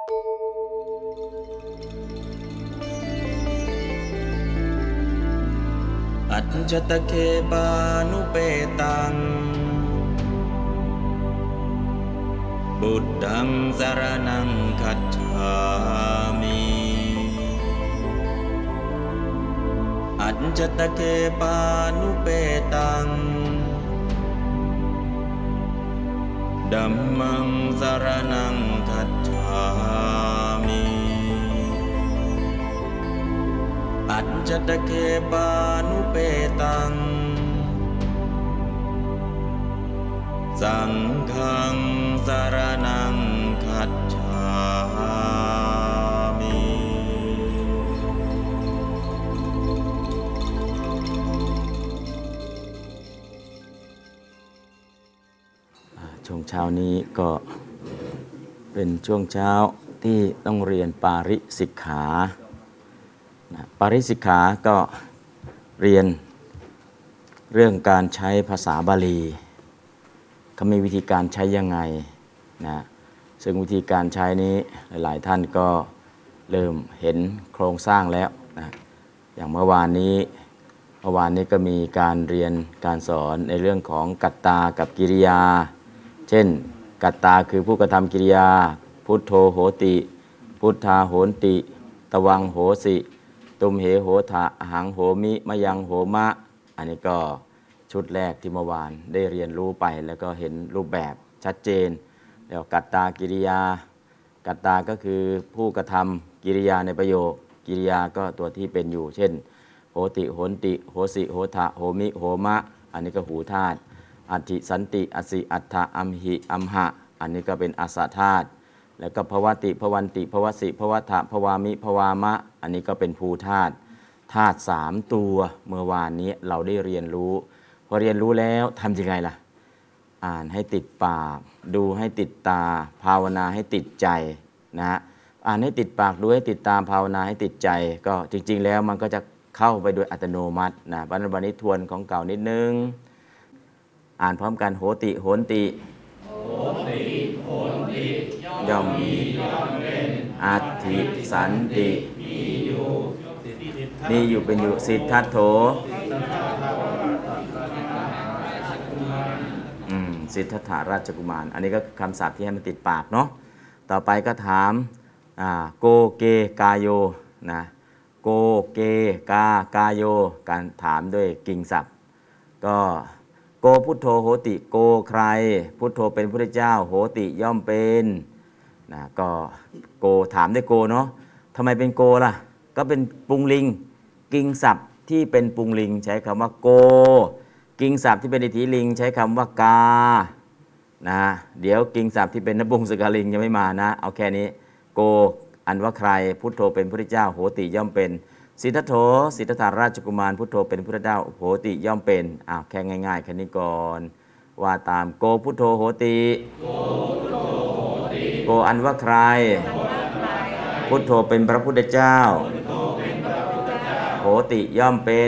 อัจจตเคปานุเปตังบุตตังสรณังคัจฉามิอัจจตเคปานุเปตังธัมมังสรณังคัจฉามิอัจจตเคปานุเปตังสังฆังสรณังคัจฉามิช่วงเช้านี้ก็เป็นช่วงเช้าที่ต้องเรียนปาริสิกขาปาริสิกขาก็เรียนเรื่องการใช้ภาษาบาลีเขามีวิธีการใช้ยังไงนะซึ่งวิธีการใช้นี้หลายๆท่านก็เริ่มเห็นโครงสร้างแล้วนะอย่างเมื่อวานนี้ก็มีการเรียนการสอนในเรื่องของกัตตากับกิริยาเช่นกัตตาคือผู้กระทำกิริยาพุทโธโหติพุทธาโหนติตวังโหสิตุมเหโหทะหังโหมิมะยังโหมะอันนี้ก็ชุดแรกที่เมื่อวานได้เรียนรู้ไปแล้วก็เห็นรูปแบบชัดเจนแล้วกัตตากิริยากัตตาก็คือผู้กระทำกิริยาในประโยคกิริยาก็ตัวที่เป็นอยู่เช่นโหติโหนติโหสิโหทะโหมิโหมะอันนี้ก็หูธาตุอัตถิสันติอสิอัตถะอัมหิอัมหะอันนี้ก็เป็นอาสาธาตุแล้วก็ภวติภวันติภวสิภวัฏฐะภวามิภวามะอันนี้ก็เป็นภูธาตุธาตุ3ตัวเมื่อวานนี้เราได้เรียนรู้พอเรียนรู้แล้วทำยังไงล่ะอ่านให้ติดปากดูให้ติดตาภาวนาให้ติดใจนะอ่านให้ติดปากดูให้ติดตาภาวนาให้ติดใจก็จริงๆแล้วมันก็จะเข้าไปโดยอัตโนมัตินะวันนี้ทวนของเก่านิดนึงอ่านพร้อมกันโหติโหนติย่อมมีอัตถิสันติมีอยู่เป็นอยู่สิทธัตโถสิทธัตถราชกุมารอันนี้ก็คำศัพท์ที่ให้มันติดปากเนาะต่อไปก็ถามโกเกกายโยนะโกเกกายโยการถามด้วยกิ่งศัพท์ก็โกพุทโธโหติโกใครพุทโธเป็นพระพุทธเจ้าโหติย่อมเป็นนะก็โกถามด้วยโกเนาะทำไมเป็นโกล่ะก็เป็นปุงลิงกิ่งศัพท์ที่เป็นปุงลิงใช้คำว่าโกกิ่งศัพท์ที่เป็นอิทธิลิงใช้คำว่ากานะเดี๋ยวกิ่งศัพท์ที่เป็นนบุงสกาลิงยังไม่มานะเอาแค่นี้โกอันว่าใครพุทโธเป็นพระพุทธเจ้าโหติย่อมเป็นสิทธัตโถสิทธัตถราชกุมารพุทโธเป็นพระพุทธเจ้าโหติย่อมเป็นแค่ง่ายๆแค่นี้ก่อนว่าตามโกพุทโธโหติโกอันว่าใครพุทโธเป็นพระพุทธเจ้าโหติย่อมเป็น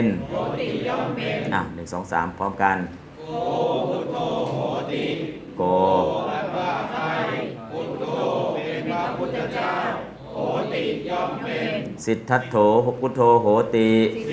1 2 3พร้อมกันโกพุทโธโหติโกอันว่าใครพุทโธเป็นพระพุทธเจ้าโหติย่อมเป็นสิทธัตโถพุทโธโหติ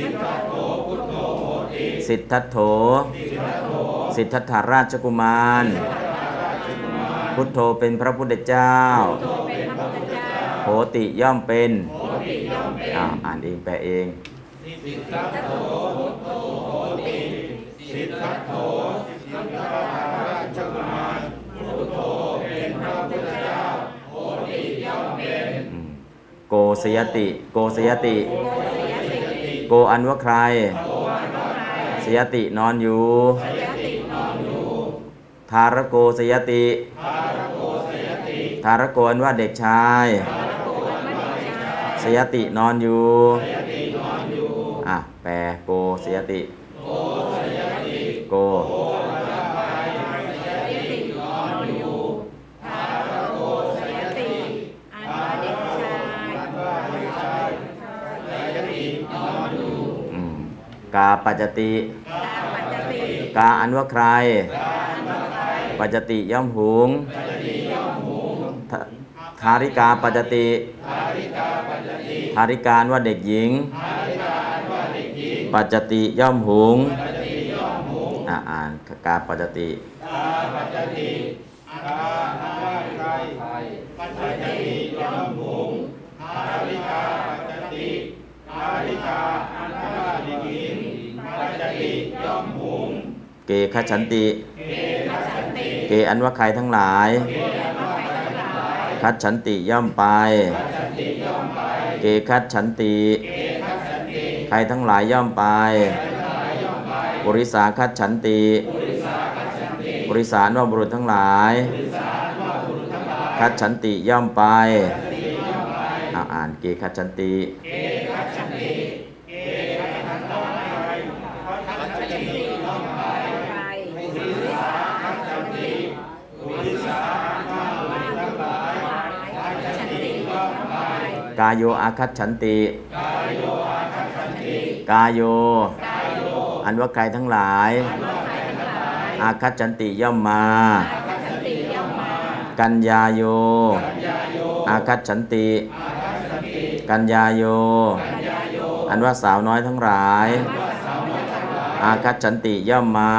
สิทธัตโถสิทธัตถราชกุมารพุทโธเป็นพระพุทธเจ้าโหติย่อมเป็นอ่านเองแปลเองสิทธัตโถพุทโธโหติสิทธัตโถสิทธัตถราชกุมารพุทโธเป็นพระพุทธเจ้าโหติย่อมเป็นโกสยติโกสยติโกอันว่าใครสยตินอนอยู่ทารโกสยติทารโกอันว่าเด็กชายสยตินอนอยู่แปลโกสยติโกกาปัจจติกาอันว่าใครปัจจติย่อมหุงทาริกาปัจจติทาริการว่าเด็กหญิงปัจจติย่อมหุงอ่านกาปัจจติปัจจติกาไก่ปัจจติย่อมหุงทาริกาปัจจติทาริกาอันว่าเด็กหญิงปัจจติย่อมหุงเกขฉันติเกอันว่าใครทั้งหลายคัจฉันติย่อมไปเกคัจฉันติใครทั้งหลายย่อมไปปุริสาคัจฉันติปุริสานว่าบุรุษทั้งหลายคัจฉันติย่อมไปอ่านเกคัจฉันติกายโยอาคัจฉันติกายโยอันว่าใครทั้งหลายอาคัจฉันติย่อมมากัญญาโยอาคัจฉันติกัญญาโยอันว่าสาวน้อยทั้งหลายอาคัจฉันติย่อมมา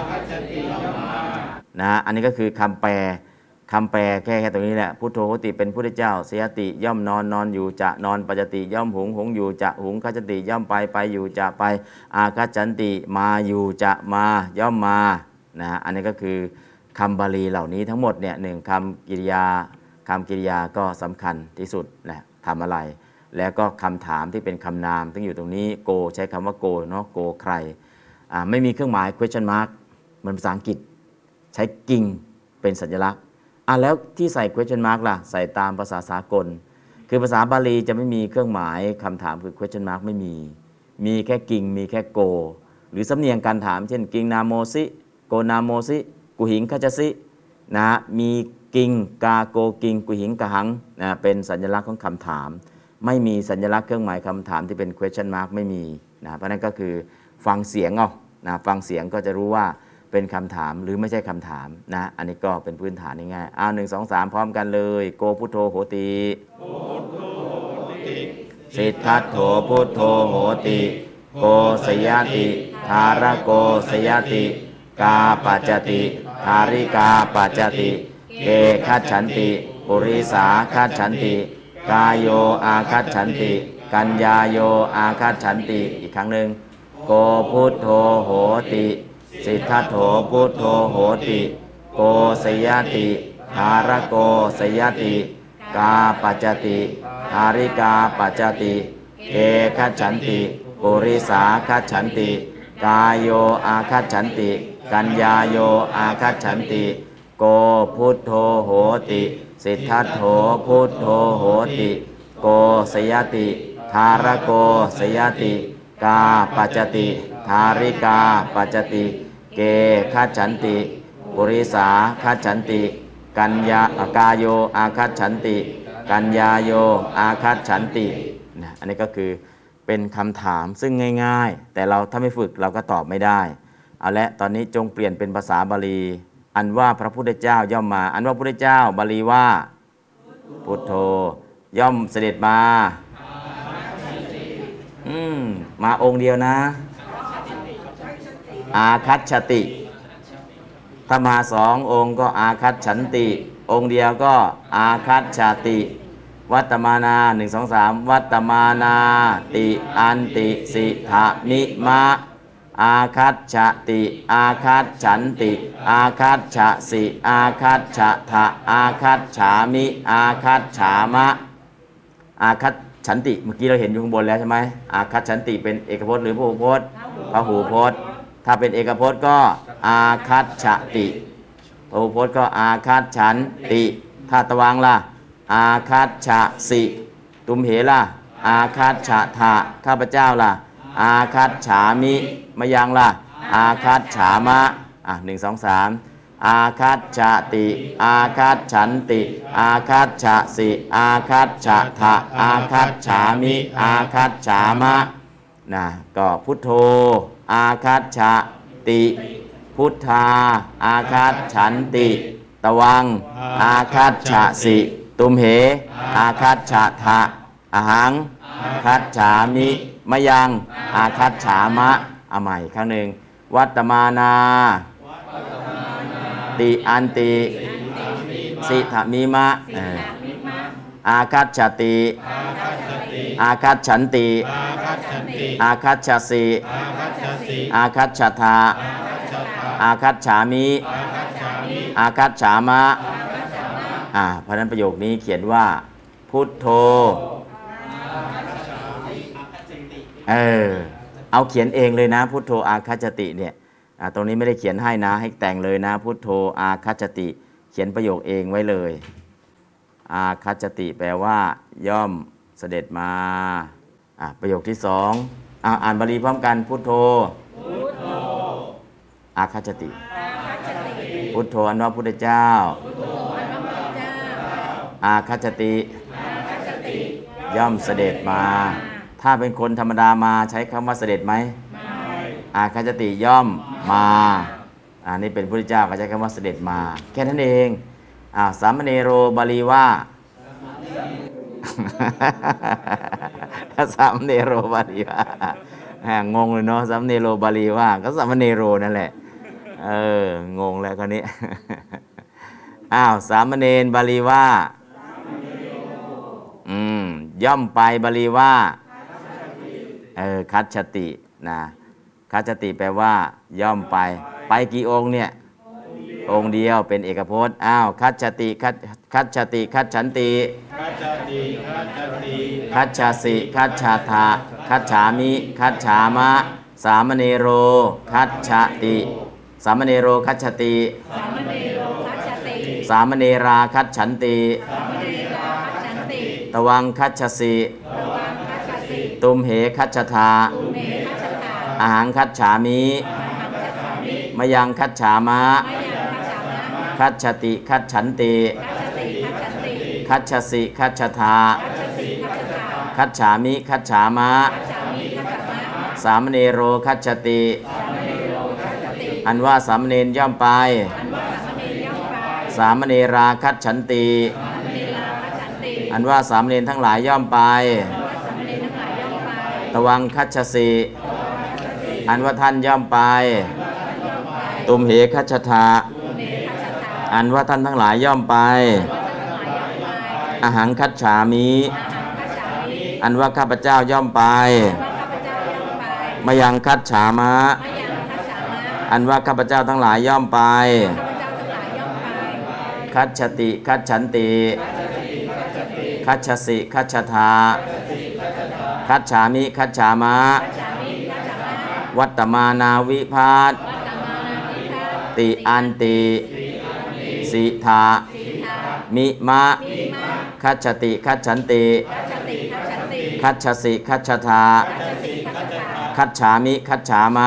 นะอันนี้ก็คือคำแปลแค่ตรงนี้แหละพุทโธโหติเป็นพุทธเจ้าเสยติย่อมนอนอยู่จะนอนปัจจติย่อมหุงอยู่จะหุงคัจจติย่อมไปอยู่จะไปอาคัจฉันติมาอยู่จะมาย่อมมานะอันนี้ก็คือคำบาลีเหล่านี้ทั้งหมดเนี่ย1คำกริยาก็สำคัญที่สุดนะทำอะไรแล้วก็คำถามที่เป็นคำนามต้องอยู่ตรงนี้โกใช้คำว่าโกเนาะโกใครไม่มีเครื่องหมาย question mark เหมือนภาษาอังกฤษใช้กิ่งเป็นสัญลักษณ์แล้วที่ใส่ question mark ล่ะใส่ตามภาษาสากลคือภาษาบาลีจะไม่มีเครื่องหมายคำถามคือ question mark ไม่มีแค่กิ่งมีแค่โกหรือสำเนียงการถามเช่นกิ่งนาโมซิโกนาโมซิกุหิงคัจจสินะมีกิ่งกาโกกิ่งกุหิงกะหังนะเป็นสัญลักษณ์ของคำถามไม่มีสัญลักษณ์เครื่องหมายคำถามที่เป็น question mark ไม่มีนะเพราะนั้นก็คือฟังเสียงเอานะฟังเสียงก็จะรู้ว่าเป็นคำถามหรือไม่ใช่คำถามนะอันนี้ก็เป็นพื้นฐานง่ายๆ1 2 3พร้อมกันเลยโกพุทโธโหติสิทธัตโถพุทโธโหติโกสยติทารโกสยติกาปัจจติทาริกาปัจจติเกคัจฉันติปุริสาคัจฉันติกายโยอาคัจฉันติกัญญาโยอาคัจฉันติอีกครั้งหนึ่งโกพุทโธโหติสิทธัตโถพุทโธโหติโกสยติทารโกสยติกาปัจจติทาริกาปัจจติเกคัจฉันติปุริสาคัจฉันติกายโยอาคัจฉันติกัญญาโยอาคัจฉันติโกพุทโธโหติสิทธัตโถพุทโธโหติโกสยติทารโกสยติกาปัจจติทาริกาปัจจติเกคัจฉันติปุริสาคัจฉันติกัญญากายโยอาคัจฉันติกัญญาโยอาคัจฉันตินะอันนี้ก็คือเป็นคำถามซึ่งง่ายๆแต่เราถ้าไม่ฝึกเราก็ตอบไม่ได้เอาละตอนนี้จงเปลี่ยนเป็นภาษาบาลีอันว่าพระพุทธเจ้าย่อมมาอันว่าพระพุทธเจ้าบาลีว่าพุทโธย่อมเสด็จมามาองค์เดียวนะอาคัจฉติถ้ามา2 องค์ก็อาคัจฉันติองค์เดียวก็อาคัจฉติวัตตมานา1 2 3วัตตมานาติอันติสิทะมิมะอาคัจฉติอาคัจฉันติอาคัจฉสิอาคัจฉทะอาคัจฉามิอาคัจฉามะอาคัจฉันติเมื่อกี้เราเห็นอยู่ข้างบนแล้วใช่ไหมอาคัจฉันติเป็นเอกพจน์หรือพหูพจน์พหูพจน์ถ้าเป็นเอกพจน์ก็อาคัจฉติพหูพจน์ก็อาคัจฉันติถ้าตวางล่ะอาคัจฉสิตุมเหล่ะอาคัจฉทะข้าพเจ้าล่ะอาคัจฉามิมยังล่ะอาคัจฉามะ1 2 3อาคัจฉติอาคัจฉันติอาคัจฉสิอาคัจฉทะอาคัจฉามิอาคัจฉามะนะก็พุทโธอาคัจฉติพุทธาอาคัจฉันติตวังอาคัจฉสิตตุมเหอาคัจฉะทะอหังคัจฉามิมะยังอาคัจฉามะเอาใหม่ครั้งหนึ่งวัตตมานาติอันติสิทธมิมะอาคัจฉติอาคัจฉันติอาคัจฉสิอาคัจฉทาอาคัจฉามิอาคัจฉามะเพราะนั้นประโยคนี้เขียนว่าพุทโธเอาเขียนเองเลยนะพุทโธอาคัจจติเนี่ยตรงนี้ไม่ได้เขียนให้นะให้แต่งเลยนะพุทโธอาคัจจติเขียนประโยคเองไว้เลยอาคัจจติแปลว่าย่อมเสด็จมาประโยคที่สองอ่านบาลีพร้อมกันพุทโธอาคัจจติพุทโธอันว่าพุทธเจ้าอาคัจจติย่อมเสด็จมาถ้าเป็นคนธรรมดามาใช้คำว่าเสด็จไหมอาคัจจติย่อมมานี่เป็นพุทธเจ้าก็ใช้คำว่าเสด็จมาแค่นั้นเองสามเณโรบาลีว่าสามเณโรบาลีว่างงเลยเนาะสามเณโรบาลีว่าก็สามเณโรนั่นแหละงงแล้วคราวนี้สามเณรบาลีว่าย่อมไปบาลีว่าคัจฉตินะคัจฉติแปลว่าย่อมไปกี่องค์เนี่ยองค์เดียวเป็นเอกพจน์คัจฉติคัจฉติคัจฉันติคัจฉติคัจฉสิคัจฉาทะคัจฉามิคัจฉามะสามเณโรคัจฉติสามเณโรคัจฉติสามเณราคัจฉันติตวังคัจฉสิตุมเหคัจฉทาอาหังคัจฉามิมะยังคัจฉามะคัจฉติคัจฉันติคัจฉสิคัจฉทาคัจฉามิคัจฉามะสามเณโรคัจฉติอันว่าสามเณรย่อมไปสามเณราคัจฉันติอันว่าสามเณรทั้งหลายย่อมไปตวังคัจฉสิอันว่าท่านย่อมไปตุมเหคัจฉทาอันว่าท่านทั้งหลายย่อมไปอหังคัจฉามิอันว่าข้าพเจ้าย่อมไปมะยังคัจฉามะอันว่าข้าพเจ้าทั้งหลายย่อมไปคัจฉติคัจฉันติคัจฉสิคัจฉทาคัจฉามิคัจฉามะวัตตมานาวิภาสติอันติสิทามิมะคัจฉติคัจฉันติคัจฉสิคัจฉทาคัจฉามิคัจฉามะ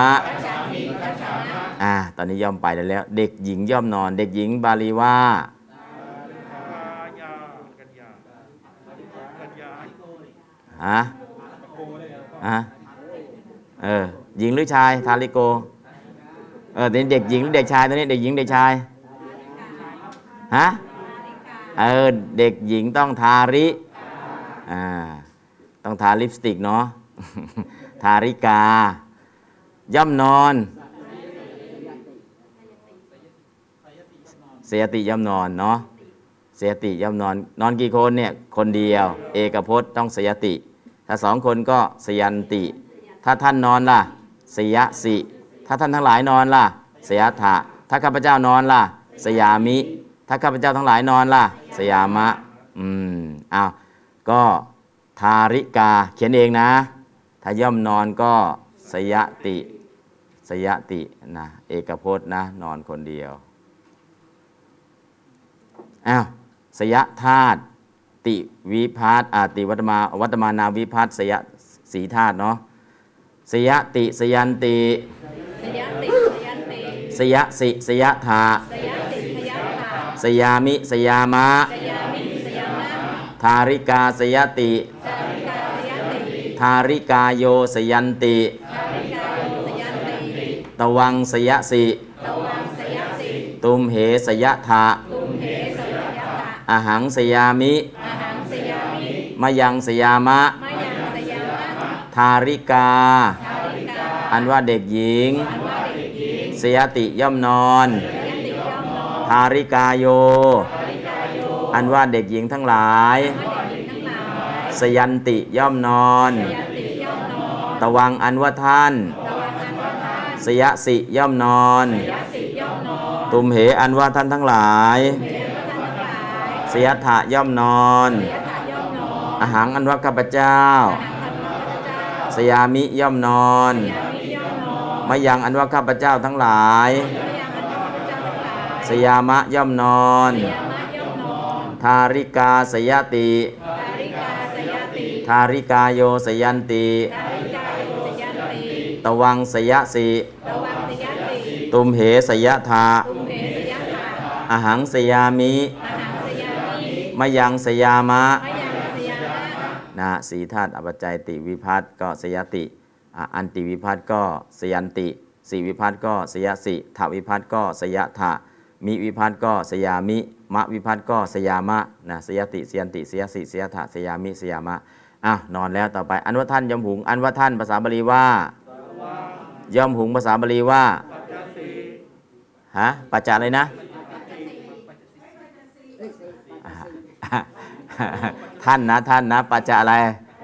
ตอนนี้ย่อมไปแล้วเด็กหญิงย่อมนอนเด็กหญิงบาลีว่าหญิงหรือชายทาริโกเด็กหญิงหรือเด็กชายตัวนี้เด็กหญิงเด็กชายเด็กหญิงต้องทาริต้องทาลิปสติกเนาะ ทาริกาย่อมนอนเสียติย่อมนอนเนาะเสียติย่อมนอนกี่คนเนี่ยคนเดียวเอกพจน์ต้องเสียติถ้าสองคนก็สยันติถ้าท่านนอนล่ะสยสิถ้าท่านทั้งหลายนอนล่ะสยถะถ้าข้าพเจ้านอนล่ะสยามิถ้าข้าพเจ้าทั้งหลายนอนล่ะสยามะก็ทาริกาเขียนเองนะถ้าย่อมนอนก็สยตินะเอกพจน์นะนอนคนเดียวสยธาตุติวิภัตติวัตมานาวิภัตสยสีธาตุเนาะสยติสยันติสยสิสยถาสยามิสยามะทาริกาสยติทาริกาโยสยันติตวังสยสิตุมเหสยถาอหังสยามิมะยังสยามะทาริกาอันว่าเด็กหญิงสยติย่อมนอนทาริกาโยอันว่าเด็กหญิงทั้งหลายสยันติย่อมนอนตวังอันว่าท่านสยสิย่อมนอนตุมเหอันว่าท่านทั้งหลายสยถะย่อมนอนอหังอันว่าข้าพเจ้าสยามิย่อมนอนมะยังอันว่าข้าพเจ้าทั้งหลายสยามะย่อมนอนทาริกาสยติทาริกาโยสยันติตวังสยสิตุมเหสยถาอหังสยามิมะยังสยามะนะสีธาตุอปัจจัยติวิภัตก็สยติอันติวิภัตก็สยันติสีวิภัตก็สยสิถาวิภัตก็สยถามิวิภัตก็สยามิมะวิภัตก็สยามะนะสยติสยันติสยสิสยถาสยามิสยามะนอนแล้วต่อไปอันว่าท่านย่อมหุงอันว่าท่านภาษาบาลีว่าย่อมหุงภาษาบาลีว่าปัจจัยอะไรนะท่านนะปัจจัยอะไร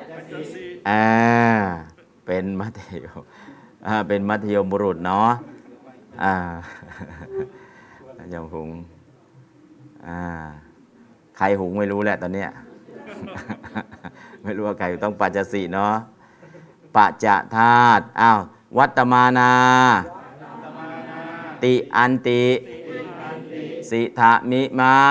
เป็นมัธยมเป็นมัธยมบุรุษเนาะย่อมหุงใครหุงไม่รู้แหละตอนเนี้ย ไม่รู้ว่าใครต้องปัจจสีเนาะปัจจธาตุวัตมานาติอันติสิทามิมะ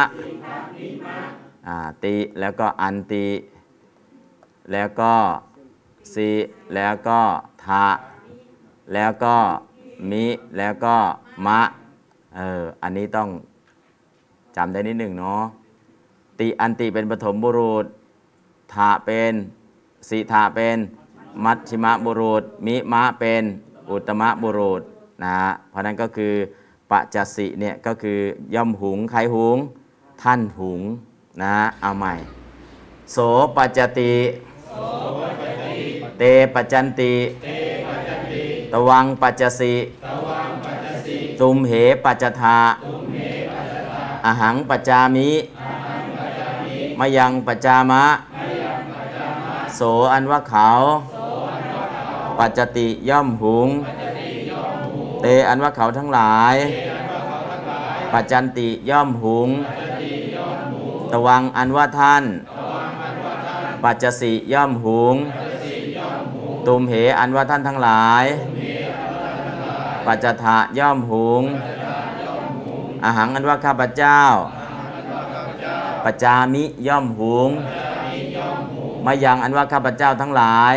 ติแล้วก็อันติแล้วก็สิแล้วก็ทะแล้วก็มิแล้วก็มะอันนี้ต้องจำได้นิดหนึ่งเนาะติอันติเป็นปฐมบุรุษทะเป็นสิทะเป็นมัชฌิมบุรุษมิมะเป็นอุตตมบุรุษนะเพราะนั้นก็คือปัจจสิเนี่ยก็คือย่อมหุงใครหุงท่านหุงนะเอาใหม่โสปัจจติเตปัจจันติตวังปัจจสิตุมเหปัจจทาอหังปัจจามิมะยังปัจจามะโสอันว่าเขาปัจจติย่อมหุงเตอันว่าเขาทั้งหลายปัจจันติย่อมหุงตวังอันว่าท่านปัจจสิย่อมหุงตุมเหอันว่าท่านทั้งหลายปัจจทะย่อมหุงอหังอันว่าข้าพเจ้าปัจจามิย่อมหุงมะยังอันว่าข้าพเจ้าทั้งหลาย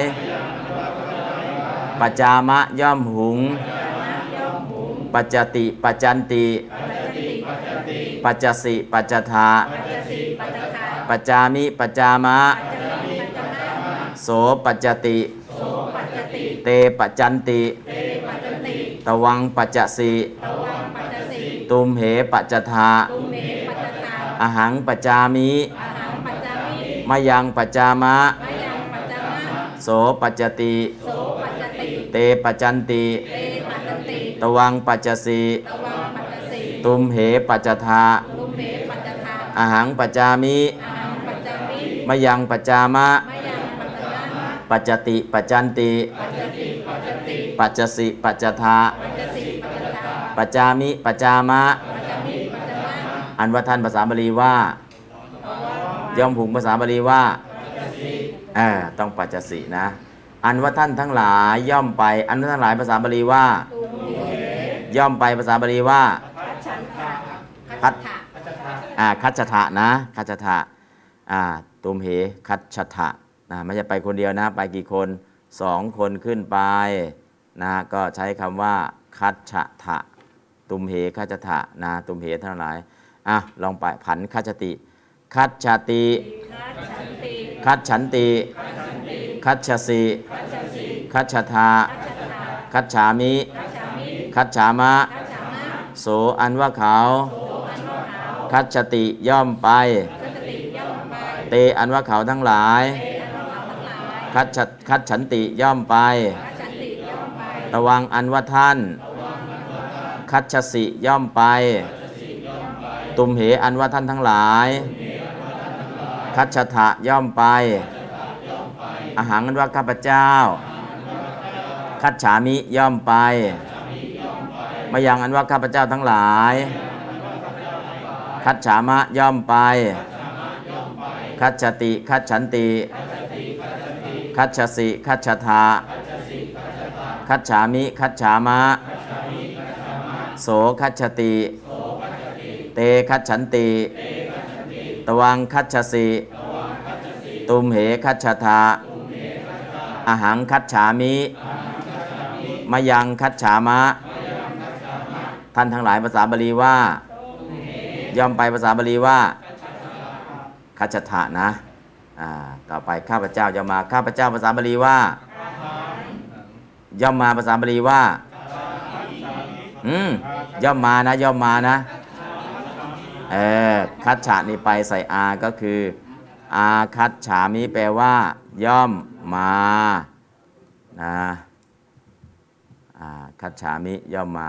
ปัจจามะย่อมหุงปัจจติปัจจันติปัจจสิปัจจทาปัจจามิปัจจามะโสปัจจติเตปัจจันติตวังปัจจสิตุมเหปัจจทาอหังปัจจามิมะยังปัจจามะโสปัจจติเตปัจจันติตวังปัจจสิตุมเหปัจจทาอหังปัจจามิมะยังปัจจามะปัจจติปัจจันติปัจจสิปัจจทาปัจจามิปัจจามะอันว่าท่านภาษาบาลีว่าย่อมหุงภาษาบาลีว่าต้องปัจจสินะอันว่าท่านทั้งหลายย่อมไปอันว่าทั้งหลายภาษาบาลีว่าย่อมไปภาษาบาลีว่าคัจฉทะนะคัจฉทะตุมเหคัจฉทะไม่ใช่ไปคนเดียวนะไปกี่คน2 คนขึ้นไปนะก็ใช้คำว่าคัจฉทะตุมเหคัจฉทะนะตุมเหทั้งหลายลองไปผันคัจฉติคัจฉติคัจฉันติคัจฉสิคัจฉทาคัจฉามิคัจฉามะโสอันว่าเขาคัจฉติย่อมไปเตอันว่าเขาทั้งหลายคัดฉันติย่อมไปตวังอันว่าท่านคัดชสิย่อมไปตุมเหอันว่าท่านทั้งหลายคัดชถะย่อมไปอาหังอันว่าข้าพเจ้าคัดฉามิย่อมไปมายังอันว่าข้าพเจ้าทั้งหลายคัดฉามะย่อมไปคัดชติคัดฉันติคัดชสิคัดชถาคัดฉามิคัดฉามะโสคัดชติเตคัดฉันติตวังคัดชสิตุมเหคัดชถาอาหังคัดฉามิมายังคัดฉามะท่านทั้งหลายภาษาบาลีว่าย่อมไปภาษาบาลีว่าคัจฉถะนะต่อไปข้าพเจ้าย่อมมาข้าพเจ้าภาษาบาลีว่าย่อมมาภาษาบาลีว่าย่อมมานะย่อมมานะคัจฉะนี่ไปใส่อาก็คืออาคัจฉามิแปลว่าย่อมมานะคัจฉามิย่อมมา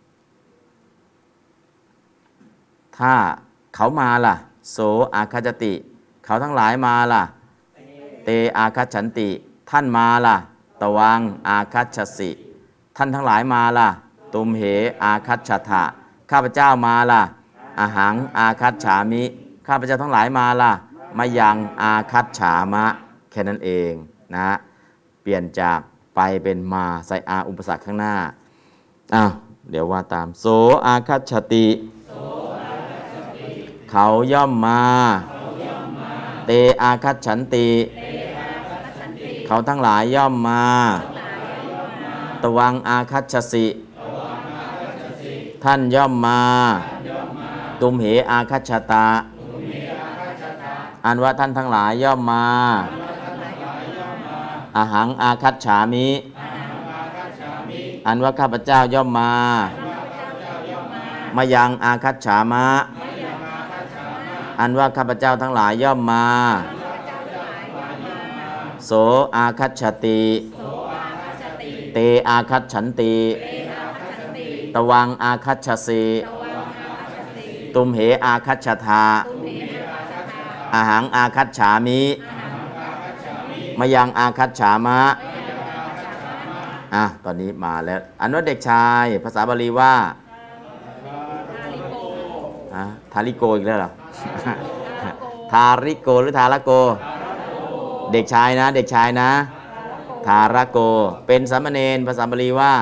ถ้าเขามาล่ะโสอาคัจจติ เขาทั้งหลายมาล่ะเตอาคัจฉันติท่านมาล่ะตวังอาคัจฉสิท่านทั้งหลายมาล่ะตุมเหอาคัจฉทะข้าพเจ้ามาล่ะอาหังอาคัจฉามิข้าพเจ้าทั้งหลายมาล่ะมายังอาคัจฉามะแค่นั้นเองนะเปลี่ยนจากไปเป็นมาใส่อาอุปสรรคข้างหน้าเดี๋ยวว่าตามโสอาคัจฉติเขาย่อมมาเตอาคัจฉันติเขาทั้งหลายย่อมมาตวังอาคัจฉสิท่านย่อมมาตุมเหอาคัจฉตาอันว่าท่านทั้งหลายย่อมมาอาหังอาคัจฉามิอันว่าข้าพเจ้าย่อมมามายังอาคัจฉามะอันว่าข้าพเจ้าทั้งหลายย่อมมาโสอาคัจฉติเตอาคัจฉันติตวังอาคัจฉสิตุมเหอาคัจฉทาอาหังอาคัจฉามิมายังอาคัจฉามะตอนนี้มาแล้วอันว่าเด็กชายภาษาบาลีว่าทาริโกอีกแล้วเหรอ ทาริโกหรือทาระโกเด็กชายนะเด็กชายนะทาระโกเป็นสามเณรภาษาบาลีว่า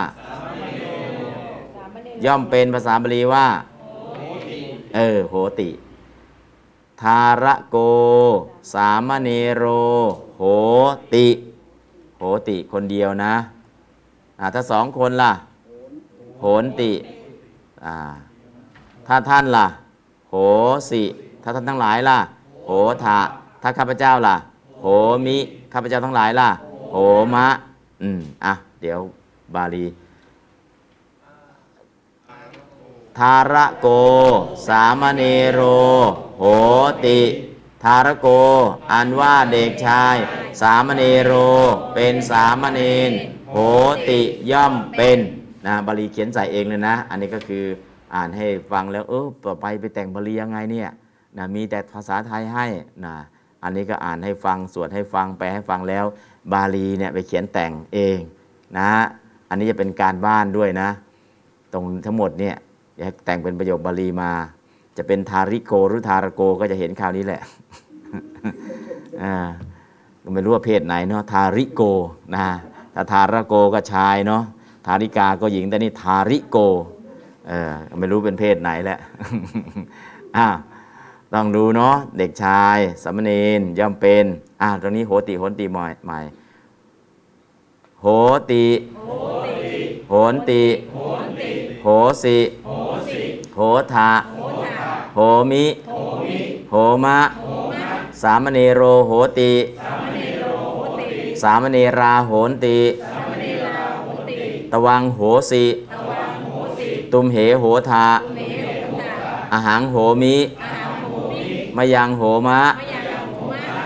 ย่อมเป็นภาษาบาลีว่าโหติทาระโกสามเณโรโหติโหติคนเดียวนะถ้าสองคนล่ะโหนติถ้าท่านล่ะโหสิถ้าท่านทั้งหลายล่ะโหทะถ้าข้าพเจ้าล่ะโหมิข้าพเจ้าทั้งหลายล่ะโหมะเดี๋ยวบาลีทาระโกสามเณโรโหติทาระโกอันว่าเด็กชายสามเณโรเป็นสามเณรโหติย่อมเป็นบาลีเขียนใส่เองเลยนะอันนี้ก็คืออ่านให้ฟังแล้วต่อไปแต่งบาลียังไงเนี่ยมีแต่ภาษาไทยให้อันนี้ก็อ่านให้ฟังสวดให้ฟังแปลให้ฟังแล้วบาลีเนี่ยไปเขียนแต่งเองนะอันนี้จะเป็นการบ้านด้วยนะตรงทั้งหมดเนี่ยแต่งเป็นประโยคบาลีมาจะเป็นทาริโกหรือทาระโกก็จะเห็นคราวนี้แหละ ก็ไม่รู้ว่าเพศไหนเนาะทาริโกนะถ้าทาระโกก็ชายเนาะทาริกาก็หญิงแต่นี่ทาริโกไม่รู้เป็นเพศไหนแหละ ต้องดูเนาะเด็กชายสามเณรย่อมเป็นตรงนี้โหติโหนติใหม่โหติโหนติโหสิโหทะโหมิโหมะสามเณโรโหติสามเณราโหนติตวังโหสิตุมเหโหทะอาหังโหมิมายังโหมะ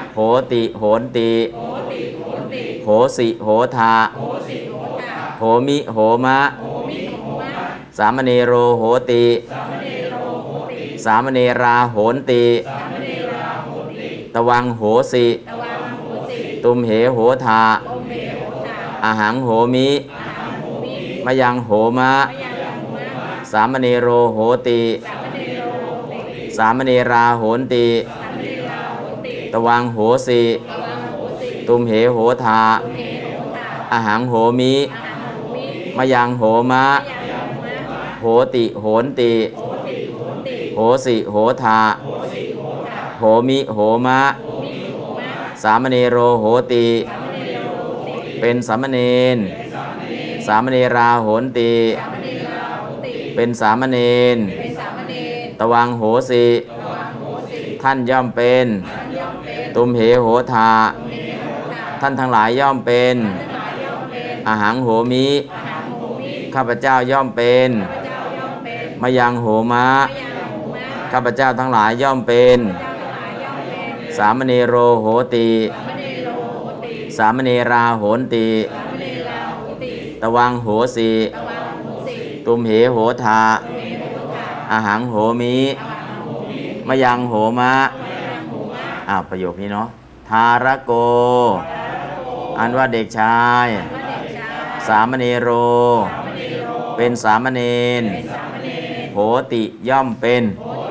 โหติโหนติโหสิโหทาโหมิโหมะสามเณโรโหติสามเณราโหนติตวังโหสิตุมเหโหทาอาหังโหมิมยังโหมะสามเณโรโหติสามเณราโหนติตวังโหสิตุมเหโหทาอาหังโหมิมยังโหมะโหติโหนติโหสิโหทาโหมิโหมะสามเณโรโหติเป็นสามเณรสามเณราโหนติเป็นสามเณรตวังโหสิท่านย่อมเป็นตุมเหโหทาท่านทั้งหลายย่อมเป็นอาหังโหมิข้าพเจ้าย่อมเป็นมยังโหมะข้าพเจ้าทั้งหลายย่อมเป็นสามเณโรโหติสามเณราโหนติตวังโหสิตุมเหโหทาอาหังโหมิมยังโหมะประโยคนี้เนาะทารโกอันว่าเด็กชายสามเณโรเป็นสามเณรโหติย่อมเป็น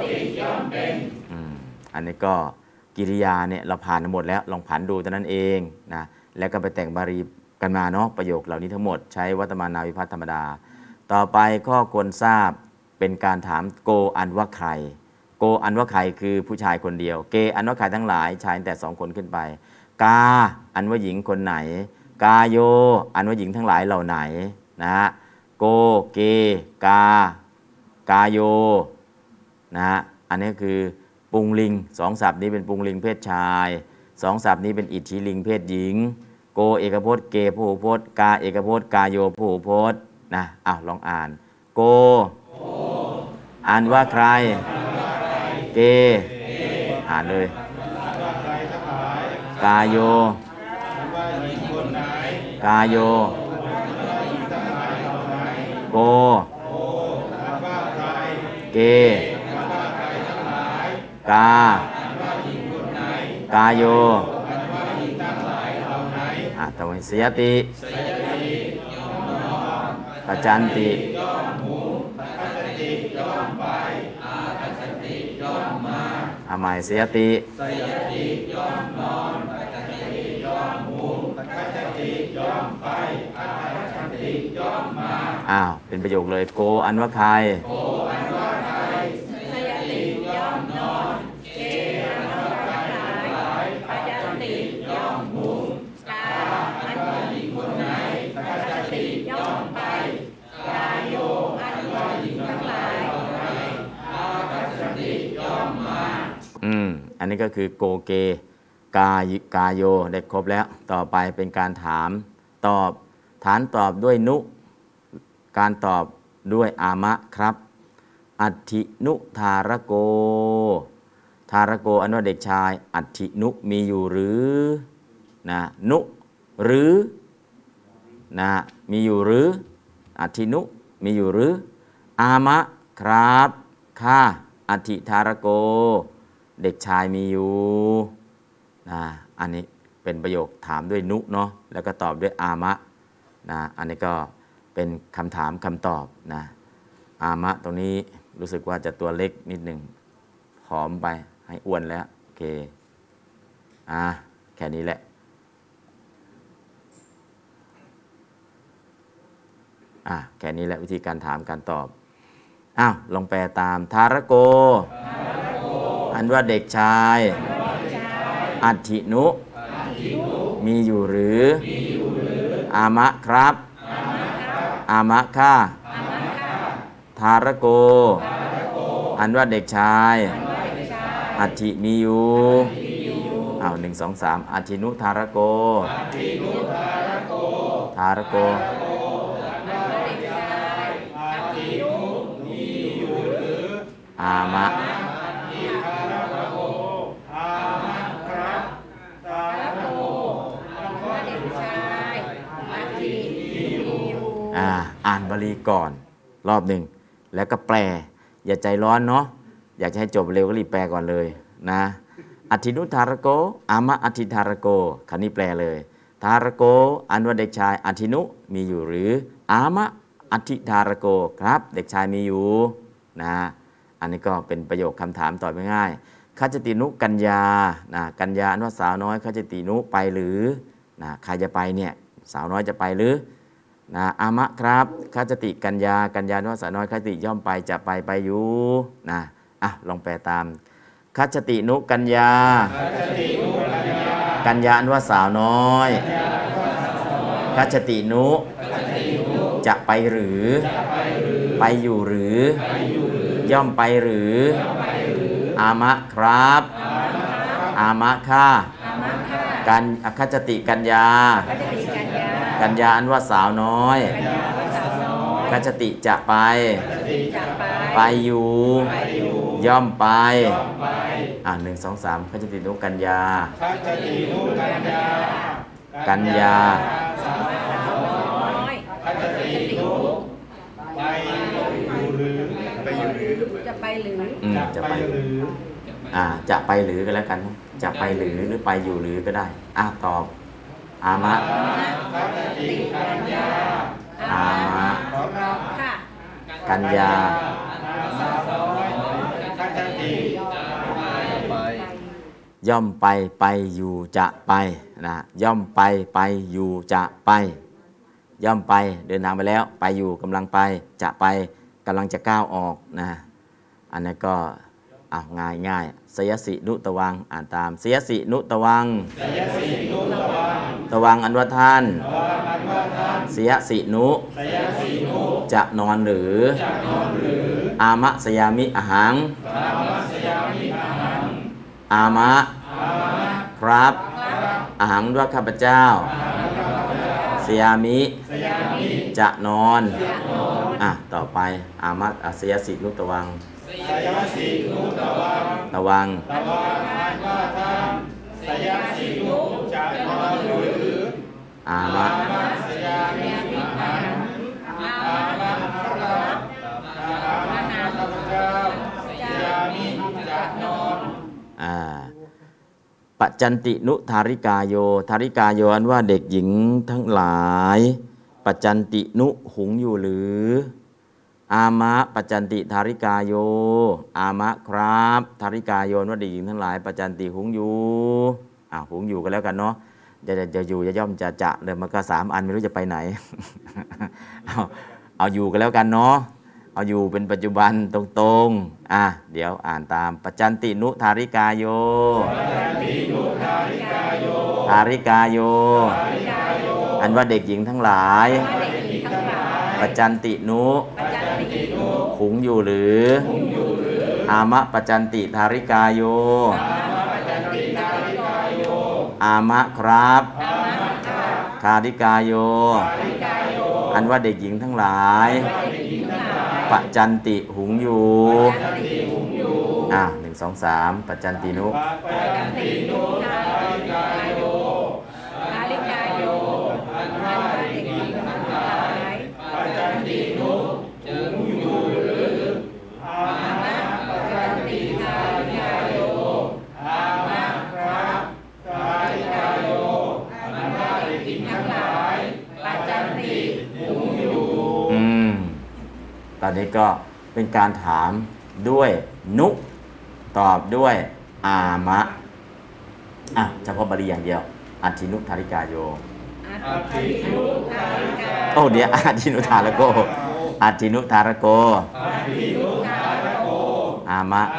อันนี้ก็กิริยาเนี่ยเราผ่านหมดแล้วลองผันดูเท่านั้นเองนะแล้วก็ไปแต่งบาลีกันมาเนาะประโยคเหล่านี้ทั้งหมดใช้วัตมานาวิภัตธรรมดาต่อไปข้อควรทราบเป็นการถามโกอันว่าใครโกอันว่าใครคือผู้ชายคนเดียวเกอันว่าใครทั้งหลายชายแต่2 คนขึ้นไปกาอันว่าหญิงคนไหนกาโยอันว่าหญิงทั้งหลายเหล่าไหนนะฮะโกเกกาโยนะฮะอันนี้คือปุงลิง2 ศัพท์นี้เป็นปุงลิงเพศชาย2 ศัพท์นี้เป็นอิทธิลิงเพศหญิงโกเอกพจน์เกพหูพจน์กาเอกพจน์กาโยพหูพจน์นะลองอ่านโกอ่านว่าใครเกอ่านเลยกาโยกาโยโกเกกาโยตวังเสียติปัจจันติอาหมายเสียติเป็นประโยคเลยโกอันว่าใครอันนี้ก็คือโกเกกาโยได้ครบแล้วต่อไปเป็นการถามตอบฐานตอบด้วยนุการตอบด้วยอามะครับอัตถินุทารโกทารโกอันว่าเด็กชายอัตถินุมีอยู่หรือนะนุหรือนะมีอยู่หรืออัตถินุมีอยู่หรืออามะครับข้าอัตถิทารโกเด็กชายมีอยู่อันนี้เป็นประโยคถามด้วยนุเนาะแล้วก็ตอบด้วยอามะอันนี้ก็เป็นคำถามคำตอบนะอามะตรงนี้รู้สึกว่าจะตัวเล็กนิดหนึ่งผอมไปให้อ้วนแล้วโอเคแค่นี้แหละแค่นี้แหละวิธีการถามการตอบลองแปลตามทารโกอันว่าเด็กชายอัตถินุมีอยู่หรืออามะครับอามะข้าทารโกอันว่าเด็กชายอัตถิมีอยู่1 2 3อัตถินุทารโกทารโกอามะอ่านบาลีก่อนรอบหนึ่งแล้วก็แปลอย่าใจร้อนเนาะอยากจะให้จบเร็วก็รีบแปลก่อนเลยนะอธินุธารโกอามะอธิธารโกคันนี้แปลเลยธารโกอันว่าเด็กชายอธินุมีอยู่หรืออามะอธิธารโกครับเด็กชายมีอยู่นะอันนี้ก็เป็นประโยคคำถามตอบง่ายๆคัจจตินุกัญญานะกัญญาอันว่าสาวน้อยคัจจตินุไปหรือนะใครจะไปเนี่ยสาวน้อยจะไปหรือนะอามะครับคัจจติกัญญากัญญาอันว่าสาวน้อยคัจจติย่อมไปจะไปอยู่นะลองแปลตามคัจจตินุกัญญากัญญาอันว่าสาวน้อยคัจจตินุจะไปหรือไปอยู่หรือย่อมไปหรืออามะครับอามะค่ะกันคัจจติกัญญากัญญาอันว่าสาวน้อยคัจจติจะไปไปอยู่ย่อมไป1 2 3คัจจตินุกัญญากัญญาจะไปหรือจะไปหรือจะไปหรือก็แล้วกันจะไปหรือไปอยู่หรือก็ได้ตอบอามะอามะกัญญาย่อมไปอยู่จะไปนะย่อมไปอยู่จะไปย่อมไปเดินทางไปแล้วไปอยู่กำลังไปจะไปกำลังจะก้าวออกนะอันนี้ก็ง่ายสยสินุตวังอ่านตามสยสินุตวังตวังอันว่าท่านสยสินุจะนอนหรืออามะสยามิอหังอามะครับอหังด้วยข้าพเจ้าสยามิจะนอนต่อไปอามะสยสินุตวังตวังอามะปัจจันตินุธาริกาโยธาริกาโยอันว่าเด็กหญิงทั้งหลายปัจจันตินุหุงอยู่หรืออามะปัจจันติธาริกาโยอามะครับธาริกาโยว่าเด็กหญิงทั้งหลายปัจจันติหุงอยู่หุงอยู่กันแล้วกันเนาะจะอยู่จะย่อมจะเลยมันก็3 อันไม่รู้จะไปไหน เอาอยู่กันแล้วกันเนาะเอาอยู่เป็นปัจจุบันตรงๆเดี๋ยวอ่านตามปัจจันตินุธาริกาโยธาริกาโยอันว่าเด็กหญิงทั้งหลายปัจจันตินุหุงอยู่หรืออามะปัจจันติธาริกาโยอามะครับธาริกาโยอันว่าเด็กหญิงทั้งหลายปัจจันติหุงอยู่1 2 3ปัจจันตินุตอนนี้ก็เป็นการถามด้วยนุตอบด้วยอามะเฉพาะบาลีอย่างเดียวอัตถินุธาริกาโยเดี๋ยวอัตถินุธารโกอัตถินุธารโกอามะ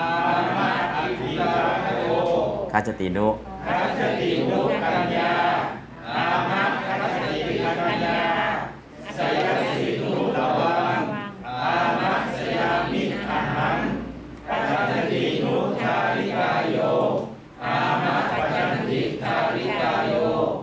คัจจตินุกัญญาอามะคัจจติกัญญาสยสินุตวังอามะสยามิอหังปัจจันตินุธาริกาโยอามะปัจจันติธาริกาโย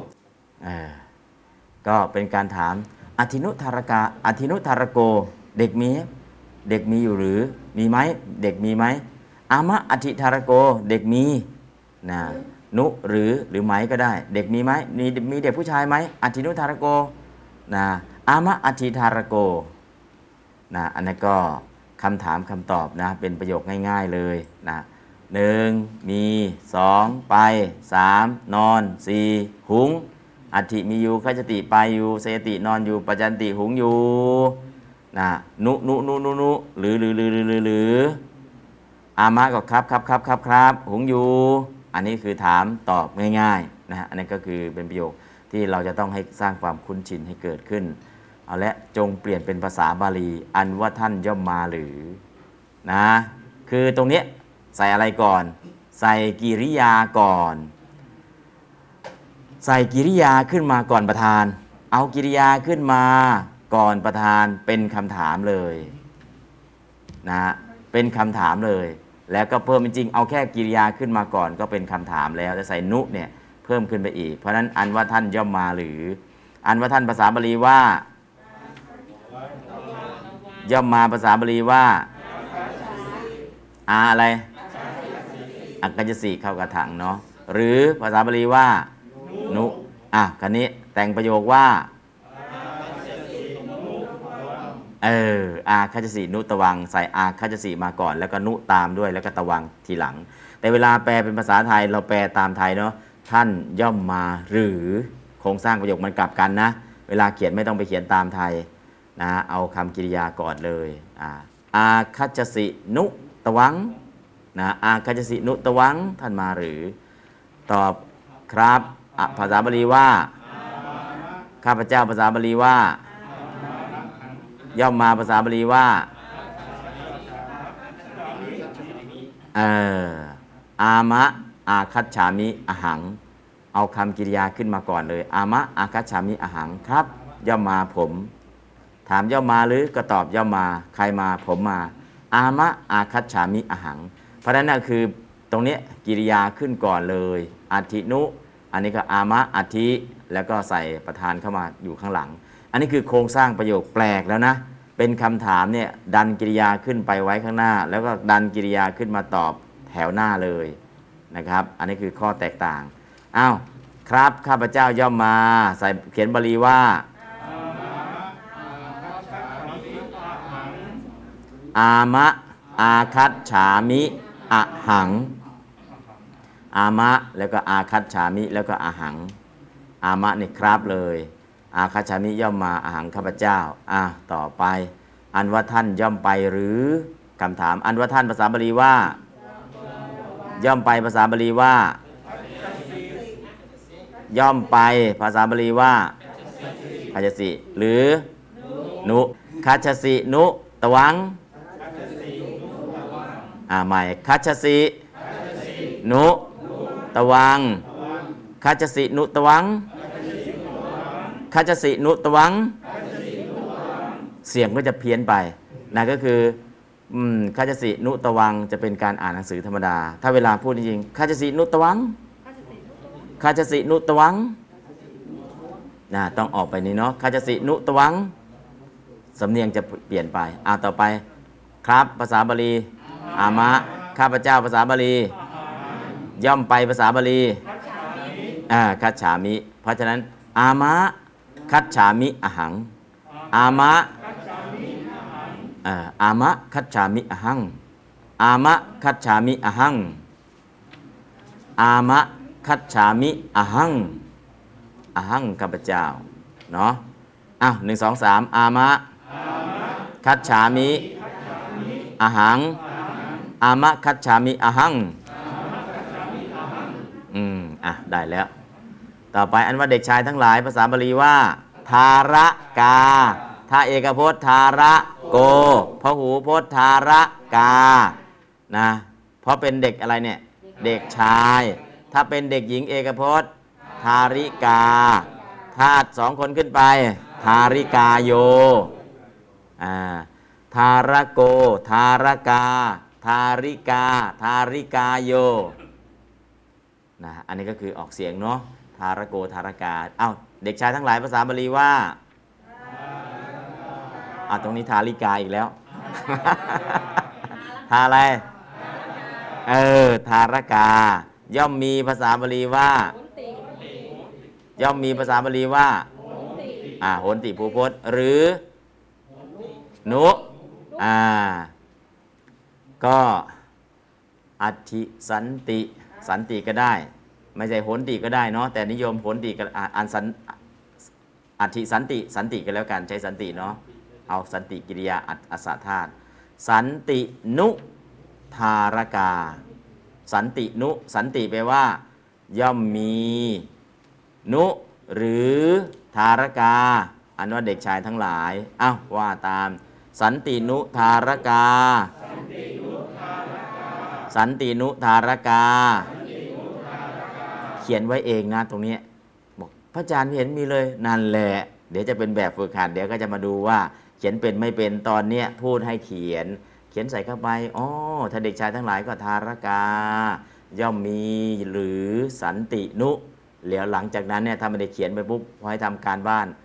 ก็เป็นการถามอธินุธารโกเด็กมีอยู่หรือมีไหมเด็กมีไหมอามะอธิธารโกเด็กมีนะนุหรือไหมก็ได้เด็กมีไหมมีเด็กผู้ชายไหมอธินุธารโกนะอามะอธิธารโกนะอันนั้นก็คำถามคำตอบนะเป็นประโยคง่ายๆเลยนะ1มี2ไป3นอน4หุงอัฐิมีอยู่คัจจติไปอยู่เสยตินอนอยู่ปัจจันติหุงอยู่นะนุหรืออามะก็ครับหุงอยู่อันนี้คือถามตอบง่ายๆนะฮะอันนี้ก็คือเป็นประโยคที่เราจะต้องให้สร้างความคุ้นชินให้เกิดขึ้นเอาละจงเปลี่ยนเป็นภาษาบาลีอันว่าท่านย่อมมาหรือนะคือตรงนี้ใส่อะไรก่อนใส่กิริยาก่อนใส่กิริยาขึ้นมาก่อนประธานเอากิริยาขึ้นมาก่อนประธานเป็นคำถามเลยนะเป็นคำถามเลยแล้วก็เพิ่มจริงๆเอาแค่กิริยาขึ้นมาก่อนก็เป็นคำถามแล้วจะใส่นุเนี่ยเพิ่มขึ้นไปอีกเพราะฉะนั้นอันว่าท่านย่อมมาหรืออันว่าท่านภาษาบาลีว่าย่อมมาภาษาบาลีว่าอะไรอักขยสีเข้ากระถังเนาะหรือภาษาบาลีว่านุคันนี้แต่งประโยคว่าอาคัจจสีนุตวังใส่อาคัจจสีมาก่อนแล้วก็นุตามด้วยแล้วก็ตวังทีหลังแต่เวลาแปลเป็นภาษาไทยเราแปลตามไทยเนาะท่านย่อมมาหรือโครงสร้างประโยคมันกลับกันนะเวลาเขียนไม่ต้องไปเขียนตามไทยนะเอาคำกริยาก่อนเลยอาคัจจสีนุตวังนะอาคัจจสีนุตวังท่านมาหรือตอบครับภาษาบาลีว่าข้าพเจ้าภาษาบาลีว่าย่อมมาภาษาบาลีว่าอามะอาคัจฉามิอหังเอาคำกริยาขึ้นมาก่อนเลยอามะอาคัจฉามิอหังครับย่อมมาผมถามย่อมมาหรือก็ตอบย่อมมาใครมาผมมาอามะอาคัจฉามิอหังเพราะฉะนั้นคือตรงนี้กิริยาขึ้นก่อนเลยอัตินุอันนี้ก็อามะอัติแล้วก็ใส่ประธานเข้ามาอยู่ข้างหลังอันนี้คือโครงสร้างประโยคแปลกแล้วนะเป็นคำถามเนี่ยดันกริยาขึ้นไปไว้ข้างหน้าแล้วก็ดันกริยาขึ้นมาตอบแถวหน้าเลยนะครับอันนี้คือข้อแตกต่างครับข้าพเจ้าย่อมมาใส่เขียนบาลีว่าอามะอาคัจฉามิอหังอามะแล้วก็อาคัจฉามิแล้วก็อหังอามะนี่ครับเลยอาคัจฉามิย่อมมาอหังข้าพเจ้าต่อไปอันว่าท่านย่อมไปหรือคำถามอันว่าท่านภาษาบาลีว่าย่อมไปภาษาบาลีว่าย่อมไปภาษาบาลีว่าคัจฉสิหรือนุคัจฉสินุตวังใหม่คัจฉสินุตวังคัจฉสินุตวังคัจฉสินุตวังเสียงก็จะเพี้ยนไปนะก็คือคัจฉสินุตวังจะเป็นการอ่านหนังสือธรรมดาถ้าเวลาพูดจริงๆคัจฉสินุตวังคัจฉสินุตวังต้องออกไปนี่เนาะคัจฉสินุตวังสำเนียงจะเปลี่ยนไปต่อไปครับภาษาบาลีอามะข้าพเจ้าภาษาบาลีย่อมไปภาษาบาลีคัจฉามิเพราะฉะนั้นอามะคัจฉามิอหังอามะอามะคัจฉามิอหังอามะคัจฉามิอหังอามะคัจฉามิอหังอหังข้าพเจ้าเนาะ1 2 3อามะคัจฉามิอหังอามะคัจฉามิอหังได้แล้วต่อไปอันว่าเด็กชายทั้งหลายภาษาบาลีว่าทาระกาถ้าเอกพจน์ทาระโกพหูพจน์ทาระกานะเพราะเป็นเด็กอะไรเนี่ยเด็กชายถ้าเป็นเด็กหญิงเอกพจน์ทาริกาธาตุ2 คนขึ้นไปทาริกาโยทาระโกทารกาทาริกาทาริกาโยอันนี้ก็คือออกเสียงเนาะทารโกทารกาเด็กชายทั้งหลายภาษาบาลีว่าตรงนี้ทาริกาอีกแล้วทาอะไรทารกาย่อมมีภาษาบาลีว่าย่อมมีภาษาบาลีว่าโหนติภูพจน์หรือนุก็อัตถิสันติสันติก็ได้ไม่ใช่โหนติก็ได้เนาะแต่นิยมโหนติกับอันสันอัตถิสันติสันติกันแล้วกันใช้สันติเนาะเอาสันติกิริยาอัสสธาตุสันตินุธารกาสันตินุสันติแปลว่าย่อมมีนุหรือธารกาอันว่าเด็กชายทั้งหลายอ้าวว่าตามสันตินุธารกาสันตินุธารกาเขียนไว้เองนะตรงนี้บอกพระอาจารย์เห็นมีเลยนั่นแหละเดี๋ยวจะเป็นแบบฝึกหัดเดี๋ยวก็จะมาดูว่าเขียนเป็นไม่เป็นตอนเนี้ยพูดให้เขียนใส่เข้าไปอ๋อถ้าเด็กชายทั้งหลายก็ธารกาย่อมมีหรือสันตินุแล้วหลังจากนั้นเนี่ยถ้าไม่ได้เขียนไปปุ๊บพอให้ทำการบ้าน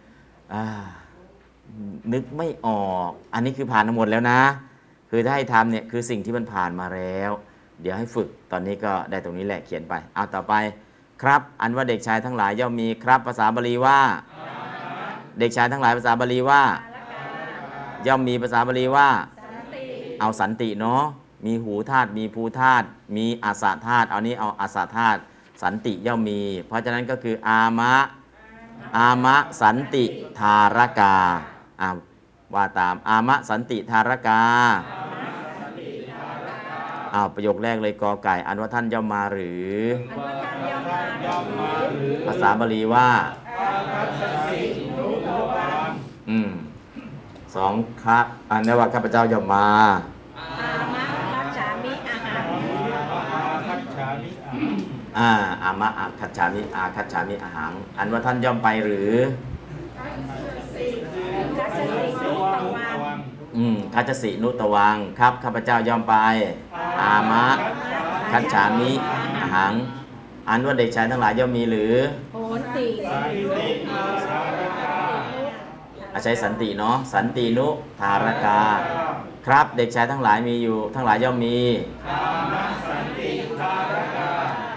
นึกไม่ออกอันนี้คือผ่านทั้งหมดแล้วนะคือถ้าให้ทำเนี่ยคือสิ่งที่มันผ่านมาแล้วเดี๋ยวให้ฝึกตอนนี้ก็ได้ตรงนี้แหละเขียนไปเอาต่อไปครับอันว่าเด็กชายทั้งหลายย่อมมีครับภาษาบาลีว่าเด็กชายทั้งหลายภาษาบาลีว่าย่อมมีภาษาบาลีว่าเอาสันติเนาะมีหูธาตุมีภูธาตุมีอาสาธาตุเอานี้เอาอาสาธาตุสันติย่อมมีเพราะฉะนั้นก็คืออามะสันติธารกาว่าตามอามะสันติธารกาประโยคแรกเลยกอไก่อันว่าท่านย่อมมาหรือภาษาบาลีว่าสองคะอันนี้ว่าข้าพเจ้าย่อมมาอามะคัจฉามิอาหารอามะคัจฉามิคัจฉามิอาหารอันว่าท่านย่อมไปหรือคัจฉสินุตวังครับข้าพเจ้าย่อมไปอามะคัจฉามิอาหารอันว่าเด็กชายทั้งหลายย่อมมีหรือโหนติใช้สันติเนาะสันตินุธารกาครับเด็กชายทั้งหลายมีอยู่ทั้งหลายย่อมมีสันติธารกา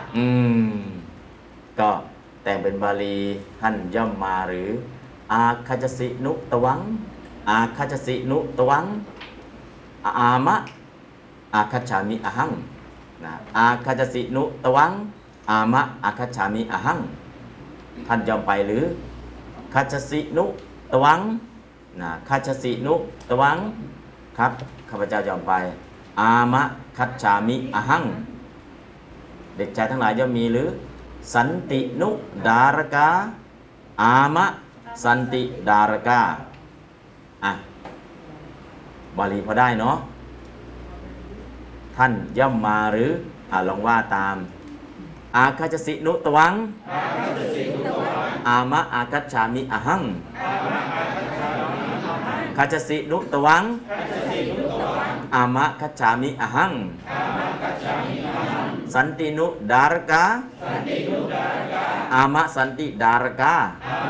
ก็แต่งเป็นบาลีท่านย่อมมาหรืออาคัจสินุตวังอาคัจสินุตวังอามะอาคัจฉามิอหังนะอาคัจสินุตวังอามะอาคัจฉามิอหังท่านย่อมไปหรือคัจสินุตวังนะคัจสินุตวังครับข้าพเจ้าย่อมไปอามะคัจฉามิอหังเด็กชายทั้งหลายย่อมมีหรือสันตินุดารกาอามะสันติดารกาบาลีพอได้เนาะท่านย่อมมาหรือลองว่าตามอาคัจสินุตวังอามะอาคัจฉามิอหังคัจสินุตวังอามะคัจฉามิอหังสันตินุดารกาอามะสันติดารกา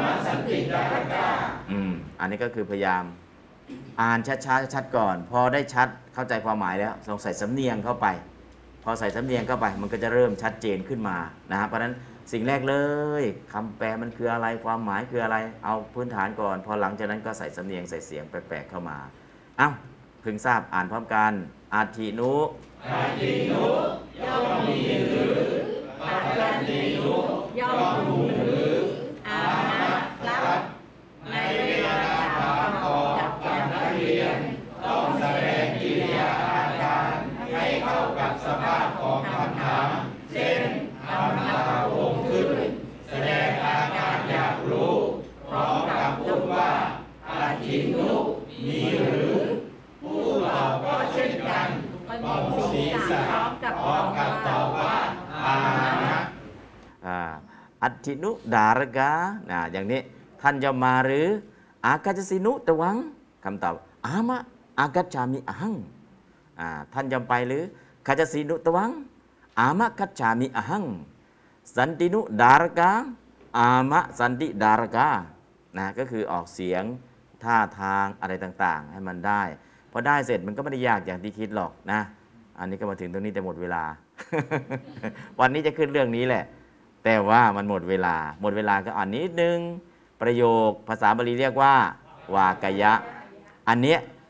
อันนี้ก็คือพยายามอ่านชัดก่อนพอได้ชัดเข้าใจความหมายแล้วลองใส่สำเนียงเข้าไปพอใส่สำเนียงเข้าไปมันก็จะเริ่มชัดเจนขึ้นมาเพราะฉะนั้นสิ่งแรกเลยคำแปลมันคืออะไรความหมายคืออะไรเอาพื้นฐานก่อนพอหลังจากนั้นก็ใส่สำเนียงใส่เสียงแปลกๆเข้ามาพึงทราบอ่านพร้อมกันอาทินุย่อมมีหรือปัจจันตินุย่อมมีหรืออานะครับในเวลาถามตอบกับนักเรียนต้องแสดงกิริยาอาการให้เข้ากับสภาพของคำถามเช่นทำตาโป่งขึ้นแสดงอาการอยากรู้พร้อมกับพูดว่าอาทินุมีหรือผู้ตอบก็เช่นกันก็มีศีรษะพร้อมกับตอบว่าอานะอัตถินุดารกาอย่างนี้ท่านย่อมมาหรืออาคัจสินุตวังคำตอบอามะอาคัจฉามิอหังท่านย่อมไปหรือคัจสินุตวังอามะคัจฉามิอหังสันตินุดารกาอามะสันติดารกาก็คือออกเสียงท่าทางอะไรต่างๆให้มันได้พอได้เสร็จมันก็ไม่ได้ยากอย่างที่คิดหรอกนะอันนี้ก็มาถึงตรงนี้แต่หมดเวลา วันนี้จะขึ้นเรื่องนี้แหละแต่ว่ามันหมดเวลาก็อ่านนิดนึงประโยคภาษาบาลีเรียกว่าวากยะอันเนี้ย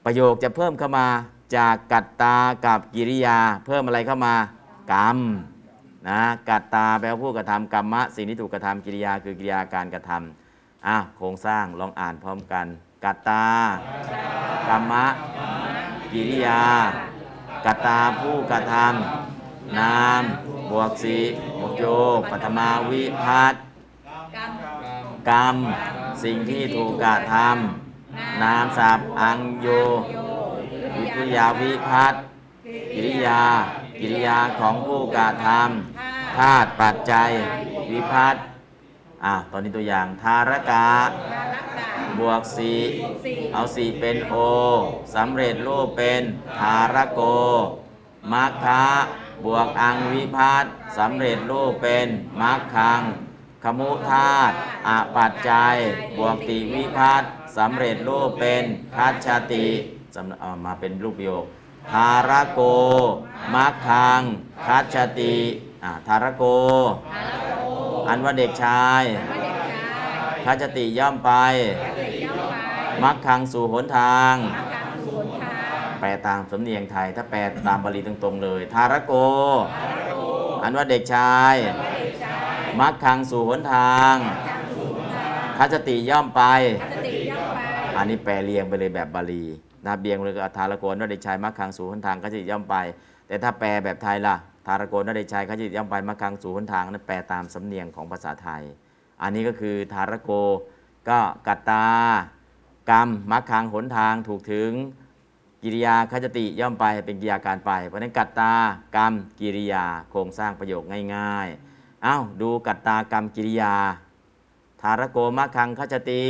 ประโยคจะเพิ่มเข้ามาจากกัตตากับกิริยาเพิ่มอะไรเข้ามากรรมนะกัตตาแปลว่าผู้กระทำกรรมะสิ่งที่ถูกกระทำกิริยาคือกิริยาการกระทำโครงสร้างลองอ่านพร้อมกันกัตตากรรมะกิริยากัตตาผู้กระทำนามบวกสีบวกโยปัทมาวิภัตกรรมกรรมสิ่งที่ถูกกระทำนามศัพท์อังโยวิทยาวิภัตกิริยาของผู้กระทำธาตุปัจจัยวิภัตตอนนี้ตัวอย่างทารกะบวกสีเอาสีเป็นโอสำเร็จรูปเป็นทารโกมัคคะบวกอังวิภัตสำเร็จรูปเป็นมัคคังขมุธาตุอปัจจัยบวกติวิภัตสำเร็จรูปเป็นคัจฉติมาเป็นรูปประโยคทารโกมัคคังคัจฉติทารโกอันว่าเด็กชายคัจฉติย่อมไปมัคคังสู่หนทางแปลตามสำเนียงไทยถ้าแปลตามบาลีตรงๆเลยทารโกอันว่าเด็กชายมัคคังสู่หนทางคัจฉติย่อมไปอันนี้แปลเรียงไปเลยแบบบาลีนะเบียงเลยก็ทารโกนว่าเด็กชายมัคคังสู่หนทางคัจฉติย่อมไปแต่ถ้าแปลแบบไทยล่ะทารโกนว่าเด็กชายคัจฉติย่อมไปมัคคังสู่หนทางนั้นแปลตามสำเนียงของภาษาไทยอันนี้ก็คือทารโกก็กัตตากรรมมัคคังหนทางถูกถึงกิริยาคัจฉติย่อมไปเป็นกิริยาการไปเพราะฉะนั้นกัตตากรรมกิริยาโครงสร้างประโยคง่ายๆดูกัตตากรรมกิริยาทารโกมัคคังคัจฉติ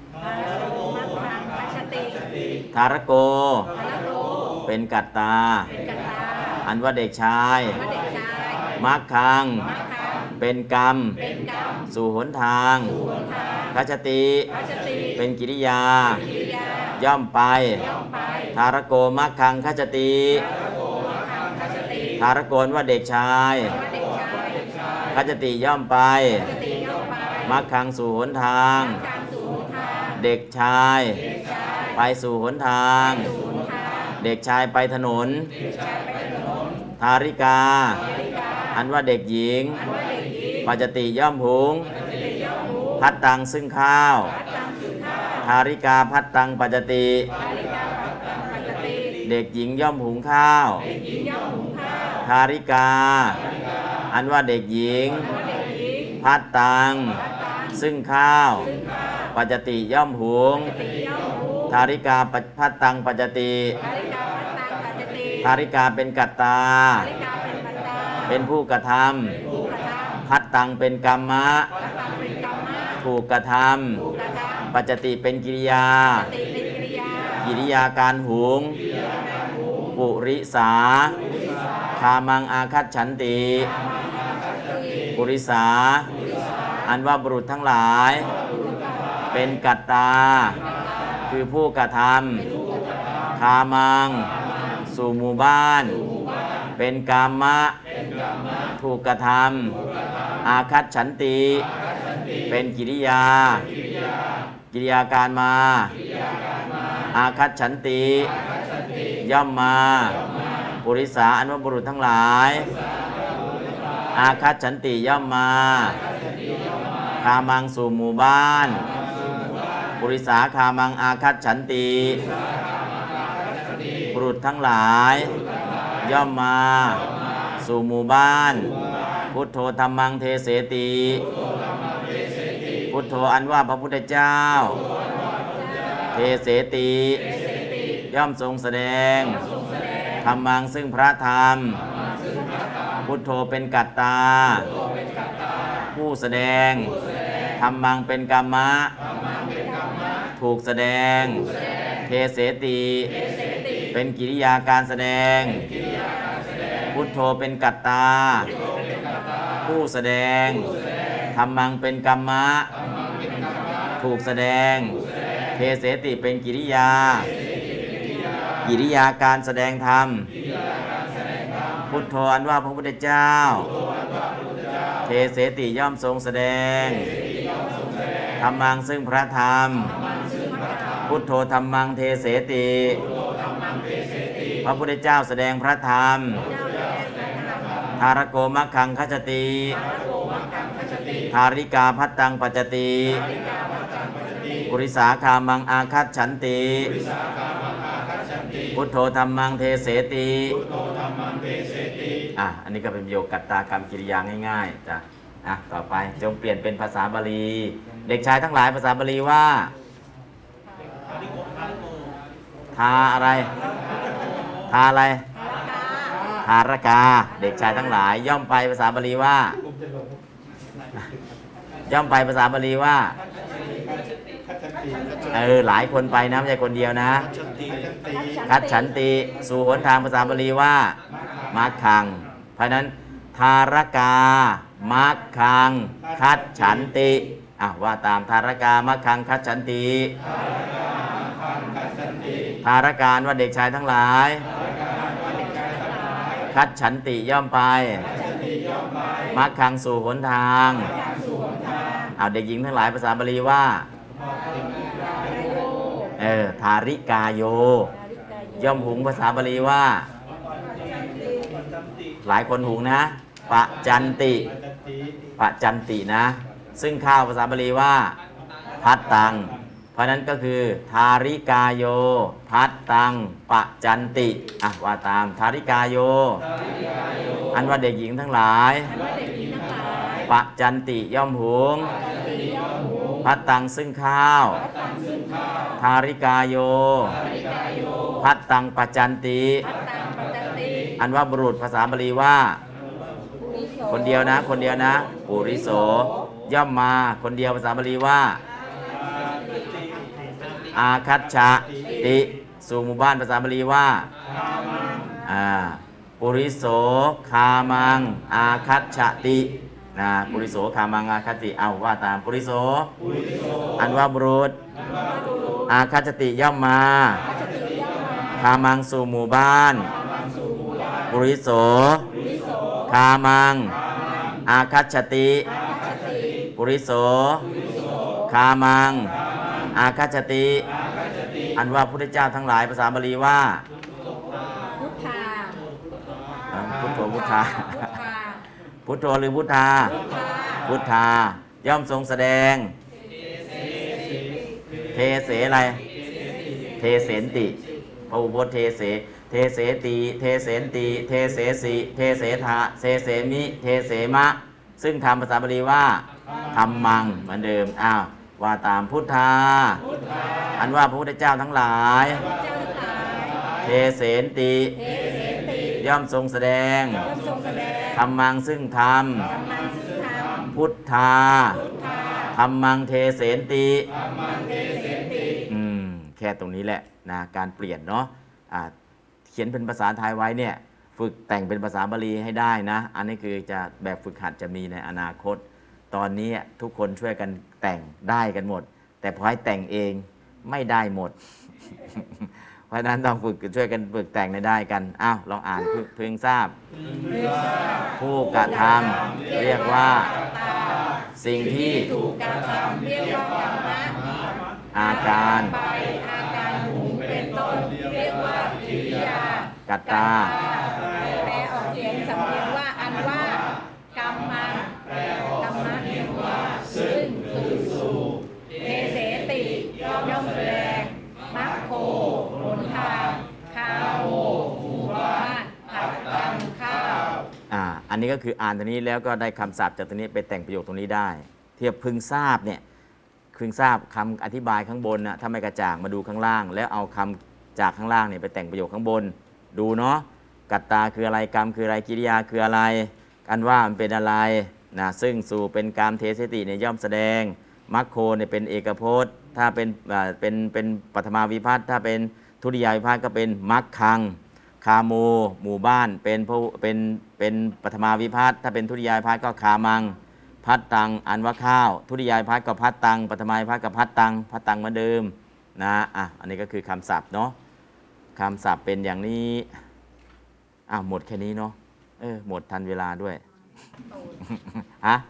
ทารโกเป็นกัตตาอันว่าเด็กชายมัคคังเป็นกรรมสู่หนทางคัจฉติเป็นกิริยาย่อมไปทารโกมัคคังคัจฉติทารโกนว่าเด็กชายคัจฉติย่อมไปมัคคังสู่หนทางเด็กชายไปสู่หนทางเด็กชายไปถนนทาริกาอันว่าเด็กหญิงปัจจติย่อมหุงพัดตังซึ่งข้าวทาริกาพัดตังปัจจติเด็กหญิงย่อมหุงข้าวทาริกาอันว่าเด็กหญิงพัดตังซึ่งข้าวปัจจติย่อมหุงทาริกาพัดตังปัจจติทาริกาเป็นกัตตาเป็นผู้กระทำพัดตังเป็นกรรมะถูกกระทำปัจจติเป็นกิริยาการหุงปุริสาคามังอาคัจฉันติปุริสาอันว่าบุรุษทั้งหลายเป็นกัตตาคือผู้กระทำคามังสู่หมู่บ้านเป็นกามะถูกกระทำอาคัจฉันติเป็นกิริยาการมาอาคัจฉันติย่อมมาปุริสาอันว่าบุรุษทั้งหลายอาคัจฉันติย่อมมาคามังสู่หมู่บ้านปุริสาคามังอาคัจฉันติบุรุษทั้งหลายย่อมมาสู่หมู่บ้านพุทโธธัมมังเทเสติพุทโธอันว่าพระพุทธเจ้าเทเสติย่อมทรงแสดงธัมมังซึ่งพระธรรมพุทโธเป็นกัตตาผู้แสดงธัมมังเป็นกรรมะถูกแสดงเทเสติเป็นกิริยาการแสดงพุทโธเป็นกัตตาผู้แสดงธัมมังเป็นกรรมะถูกแสดงเทเสติเป็นกิริยาการแสดงธรรมพุทโธอันว่าพระพุทธเจ้าเทเสติย่อมทรงแสดงธัมมังซึ่งพระธรรมพุทโธธัมมังเทเสติพระพุทธเจ้าแสดงพระธรรมทารโกมัคคังคัจจติทาริกาพัตตังปัจจติปุริสาคามังอาคัจฉันติพุทโธธัมมังเทเสติอันนี้ก็เป็นประโยคกัตตากรรมกิริยาง่ายๆจ้ะต่อไปจงเปลี่ยนเป็นภาษาบาลี เด็กชายทั้งหลายภาษาบาลีว่าทาอะไรทาอะไรทารกาเด็กชายทั้งหลายย่อมไปภาษาบาลีว่าย่อมไปภาษาบาลีว่าหลายคนไปนะไม่ใช่คนเดียวนะคัจฉันติสู่หนทางภาษาบาลีว่ามัคคังเพราะนั้นทารกามัคคังคัจฉันติว่าตามทารกามัคคังคัจฉันติทารการว่าเด็กชายทั้งหลายคัจฉันติย่อมไปมัคคังสู่หนทางเด็กหญิงทั้งหลายภาษาบาลีว่าทาริกาโยย่อมหุงภาษาบาลีว่าหลายคนหุงนะปะจันตินะซึ่งข้าวภาษาบาลีว่าพัตตังเพราะนั้นก็คือทาริกาโยพัตตังปะจันติว่าตามทาริกาโยอันว่าเด็กหญิงทั้งหลายปะจันติย่อมหุงพัตตังซึ่งข้าวทาริกาโยพัตตังปะจันติอันว่าบุรุษภาษาบาลีว่าคนเดียวนะปุริโสย่อมมาคนเดียวภาษาบาลีว่าอาคัจฉติสู่หมู่บ้านภาษาบาลีว่าปุริโสคามังอาคัจฉติปุริโสคามังอาคัจติว่าตามปุริโสอันว่าบุรุษอาคัจฉติย่อมมาคามังสู่หมู่บ้านปุริโสคามังอาคัจฉติปุริโสคามังอาคัจฉติอันว่าพุทธเจ้าทั้งหลายภาษาบาลีว่าพุทธาพุทโธพุทธาพุทโธหรือพุทธาพุทธาย่อมทรงแสดงเทเสอะไรเทเสนติพระอุปโภเทเสเทเสติเทเสนติเทเสสิเทเสทะเสเสมิเทเสมะซึ่งทำภาษาบาลีว่าธัมมังเหมือนเดิมว่าตามพุทธาอันว่าพระพุทธเจ้าทั้งหลายเทเสนติย่อมทรงแสดงธัมมังซึ่งธรรมพุทธาธัมมังเทเสนติแค่ตรงนี้แหละนะการเปลี่ยนเนาะเขียนเป็นภาษาไทยไว้เนี่ยฝึกแต่งเป็นภาษาบาลีให้ได้นะอันนี้คือจะแบบฝึกหัดจะมีในอนาคตตอนนี้ทุกคนช่วยกันแต่งได้กันหมดแต่พอให้แต่งเองไม่ได้หมด เพราะฉะนั้นต้องฝึกช่วยกันฝึกแต่งได้กันลองอ่านพึงทราบผู้กระทำเรียกว่าสิ่งที่ถูกกระทำเรียกว่ากรรมะอาการหุงเป็นต้นเรียกว่ากิริยากัตตาแปลออกเสียงสำเนียงว่าอันว่ากรรมังกรรมะเรียกว่าซึ่งสู่เทเสติย่อมแสดงมัคโคหนทางคาโมหมู่บ้านผัดตังข้าวอันนี้ก็คืออ่านตรงนี้แล้วก็ได้คำศัพท์จากตรงนี้ไปแต่งประโยคตรงนี้ได้เทียบพึงทราบเนี่ยพึงทราบคำอธิบายข้างบนถ้าไม่กระจ่างมาดูข้างล่างแล้วเอาคำจากข้างล่างเนี่ยไปแต่งประโยคข้างบนดูเนาะกัตตาคืออะไรกรรมคืออะไรกิริยาคืออะไรอันว่ามันเป็นอะไรซึ่งสู่เป็นกามเทเสติเนี่ยย่อมแสดงมัคโคเนี่ยเป็นเอกพจน์ถ้าเป็นปัทมาวิภัตถ้าเป็นทุติยาวิภัตก็เป็นมัคคังคาโมหมู่บ้านเป็นปัทมาวิภัตถ้าเป็นทุติยาวิภัตก็คามังพัดตังอันว่าข้าวทุติยาวิภัตก็พัดตังปัทมาวิภัตก็พัดตังเหมือนเดิมอันนี้ก็คือคำศัพท์เนาะคำศัพท์เป็นอย่างนี้หมดแค่นี้เนาะหมดทันเวลาด้วย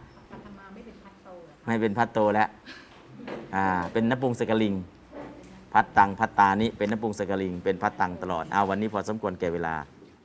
ไม่เป็นพัดโตแล้วเป็นนปุงสกลิงพัพัตตังพัตตานิเป็นน้ำปรุงสกลิงเป็นพัตตังตลอดเอาวันนี้พอสมควรแก่เวลา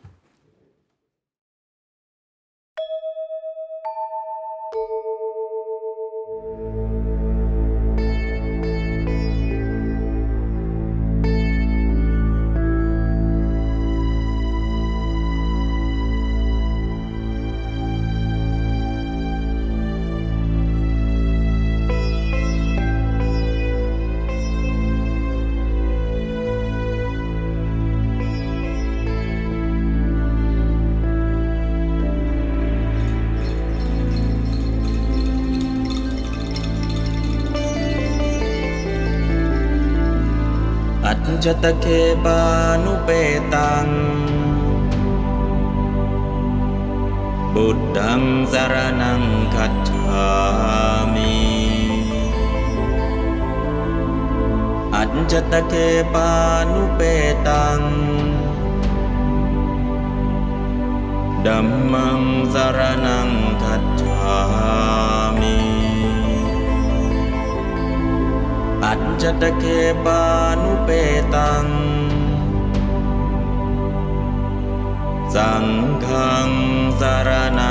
อัจจตเคปานุเปตังบุตตังสรณังคัจฉามิอัจจตเคปานุเปตังธัมมังสรณังคัจฉามิอัจจตเคปานุเปตังสังฆังสรณ